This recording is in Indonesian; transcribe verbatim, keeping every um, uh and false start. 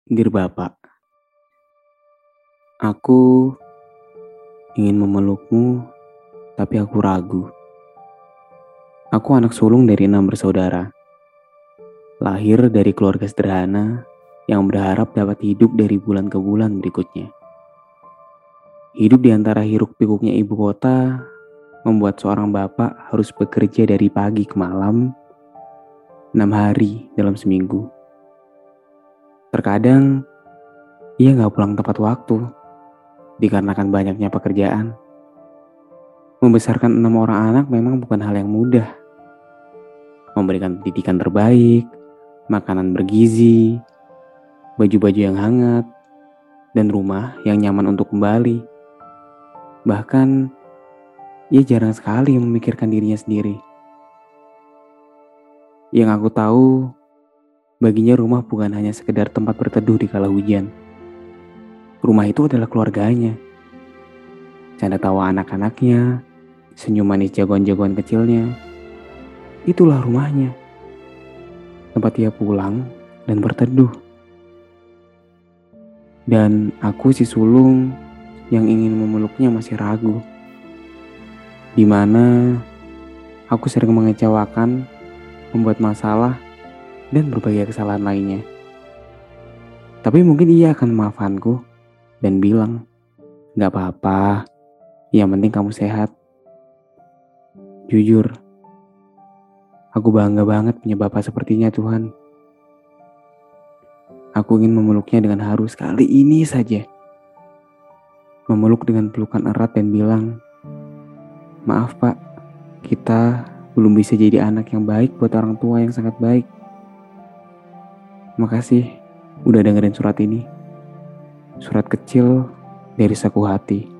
Dear Bapak, aku ingin memelukmu, tapi aku ragu. Aku anak sulung dari enam bersaudara, lahir dari keluarga sederhana yang berharap dapat hidup dari bulan ke bulan berikutnya. Hidup di antara hiruk pikuknya ibu kota membuat seorang bapak harus bekerja dari pagi ke malam, enam hari dalam seminggu. Terkadang, ia nggak pulang tepat waktu dikarenakan banyaknya pekerjaan. Membesarkan enam orang anak memang bukan hal yang mudah. Memberikan pendidikan terbaik, makanan bergizi, baju-baju yang hangat, dan rumah yang nyaman untuk kembali. Bahkan, ia jarang sekali memikirkan dirinya sendiri. Yang aku tahu, baginya rumah bukan hanya sekedar tempat berteduh di kala hujan. Rumah itu adalah keluarganya. Canda tawa anak-anaknya, senyum manis jagoan-jagoan kecilnya. Itulah rumahnya. Tempat ia pulang dan berteduh. Dan aku si sulung yang ingin memeluknya masih ragu. Di mana aku sering mengecewakan, membuat masalah, dan berbagai kesalahan lainnya. Tapi mungkin ia akan memaafkanku dan bilang, gak apa-apa, yang penting kamu sehat. Jujur, aku bangga banget punya bapak sepertinya Tuhan. Aku ingin memeluknya dengan haru sekali ini saja. Memeluk dengan pelukan erat dan bilang, maaf Pak, kita belum bisa jadi anak yang baik buat orang tua yang sangat baik. Makasih udah dengerin surat ini. Surat kecil dari saku hati.